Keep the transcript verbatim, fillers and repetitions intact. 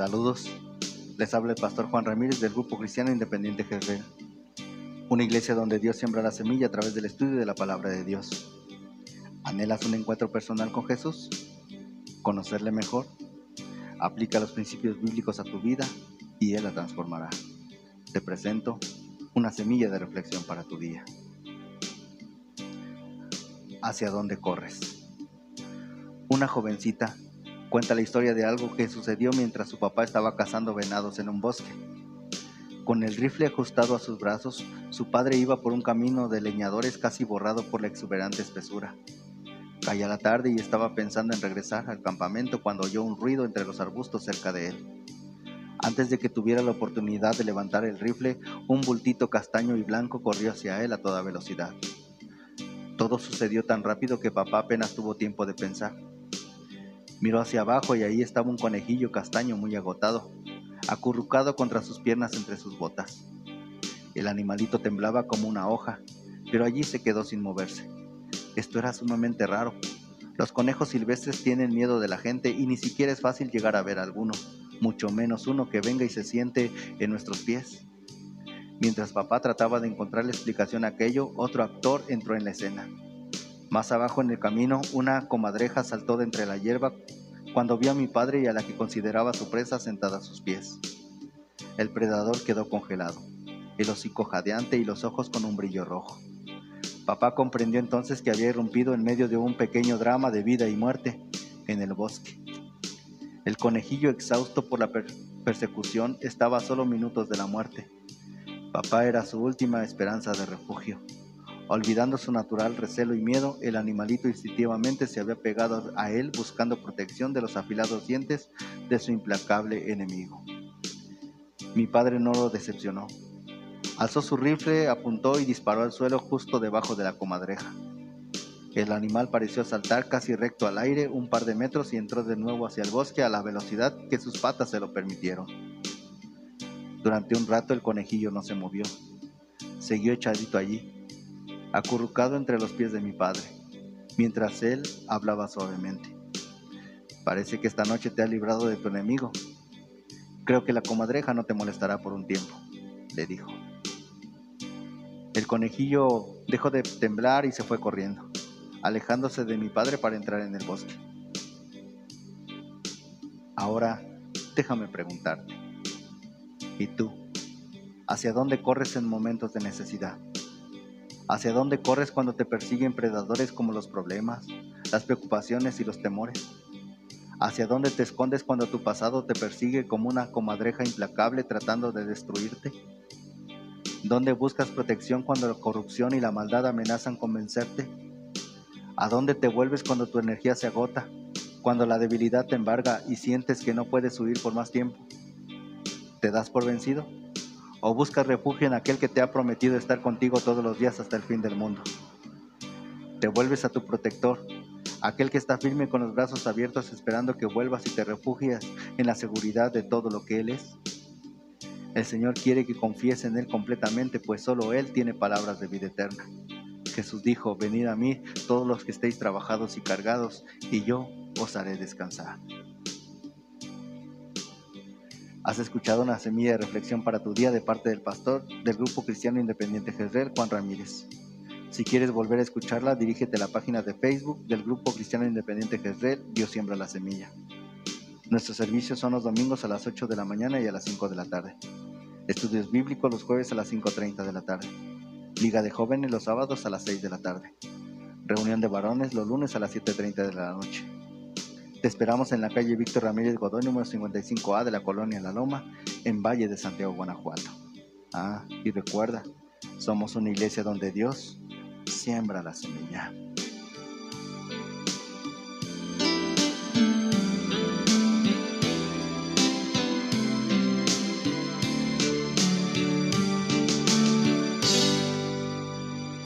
Saludos, les habla el pastor Juan Ramírez del Grupo Cristiano Independiente Jezreel, una iglesia donde Dios siembra la semilla a través del estudio de la palabra de Dios. ¿Anhelas un encuentro personal con Jesús? ¿Conocerle mejor? Aplica los principios bíblicos a tu vida y Él la transformará. Te presento una semilla de reflexión para tu día. ¿Hacia dónde corres? Una jovencita cuenta la historia de algo que sucedió mientras su papá estaba cazando venados en un bosque. Con el rifle ajustado a sus brazos, su padre iba por un camino de leñadores casi borrado por la exuberante espesura. Caía la tarde y estaba pensando en regresar al campamento cuando oyó un ruido entre los arbustos cerca de él. Antes de que tuviera la oportunidad de levantar el rifle, un bultito castaño y blanco corrió hacia él a toda velocidad. Todo sucedió tan rápido que papá apenas tuvo tiempo de pensar. Miró hacia abajo y ahí estaba un conejillo castaño muy agotado, acurrucado contra sus piernas entre sus botas. El animalito temblaba como una hoja, pero allí se quedó sin moverse. Esto era sumamente raro. Los conejos silvestres tienen miedo de la gente y ni siquiera es fácil llegar a ver alguno, mucho menos uno que venga y se siente en nuestros pies. Mientras papá trataba de encontrar la explicación a aquello, otro actor entró en la escena. Más abajo en el camino, una comadreja saltó de entre la hierba cuando vio a mi padre y a la que consideraba su presa sentada a sus pies. El predador quedó congelado, el hocico jadeante y los ojos con un brillo rojo. Papá comprendió entonces que había irrumpido en medio de un pequeño drama de vida y muerte en el bosque. El conejillo, exhausto por la per- persecución, estaba a solo minutos de la muerte. Papá era su última esperanza de refugio. Olvidando su natural recelo y miedo, el animalito instintivamente se había pegado a él buscando protección de los afilados dientes de su implacable enemigo. Mi padre no lo decepcionó. Alzó su rifle, apuntó y disparó al suelo justo debajo de la comadreja. El animal pareció saltar casi recto al aire un par de metros y entró de nuevo hacia el bosque a la velocidad que sus patas se lo permitieron. Durante un rato el conejillo no se movió. Siguió echadito allí, acurrucado entre los pies de mi padre, mientras él hablaba suavemente. Parece que esta noche te has librado de tu enemigo. Creo que la comadreja no te molestará por un tiempo, le dijo. El conejillo dejó de temblar y se fue corriendo, alejándose de mi padre para entrar en el bosque. Ahora, déjame preguntarte, ¿y tú? ¿Hacia dónde corres en momentos de necesidad? ¿Hacia dónde corres cuando te persiguen predadores como los problemas, las preocupaciones y los temores? ¿Hacia dónde te escondes cuando tu pasado te persigue como una comadreja implacable tratando de destruirte? ¿Dónde buscas protección cuando la corrupción y la maldad amenazan con vencerte? ¿A dónde te vuelves cuando tu energía se agota, cuando la debilidad te embarga y sientes que no puedes huir por más tiempo? ¿Te das por vencido? ¿O buscas refugio en aquel que te ha prometido estar contigo todos los días hasta el fin del mundo? ¿Te vuelves a tu protector, aquel que está firme con los brazos abiertos esperando que vuelvas y te refugias en la seguridad de todo lo que Él es? El Señor quiere que confíes en Él completamente, pues solo Él tiene palabras de vida eterna. Jesús dijo: venid a mí todos los que estéis trabajados y cargados, y yo os haré descansar. Has escuchado una semilla de reflexión para tu día de parte del pastor del Grupo Cristiano Independiente Jezreel, Juan Ramírez. Si quieres volver a escucharla, dirígete a la página de Facebook del Grupo Cristiano Independiente Jezreel, Dios siembra la semilla. Nuestros servicios son los domingos a las ocho de la mañana y a las cinco de la tarde. Estudios bíblicos los jueves a las cinco treinta de la tarde. Liga de jóvenes los sábados a las seis de la tarde. Reunión de varones los lunes a las siete treinta de la noche. Te esperamos en la calle Víctor Ramírez Godoy, número cincuenta y cinco A de la colonia La Loma, en Valle de Santiago, Guanajuato. Ah, y recuerda, somos una iglesia donde Dios siembra la semilla.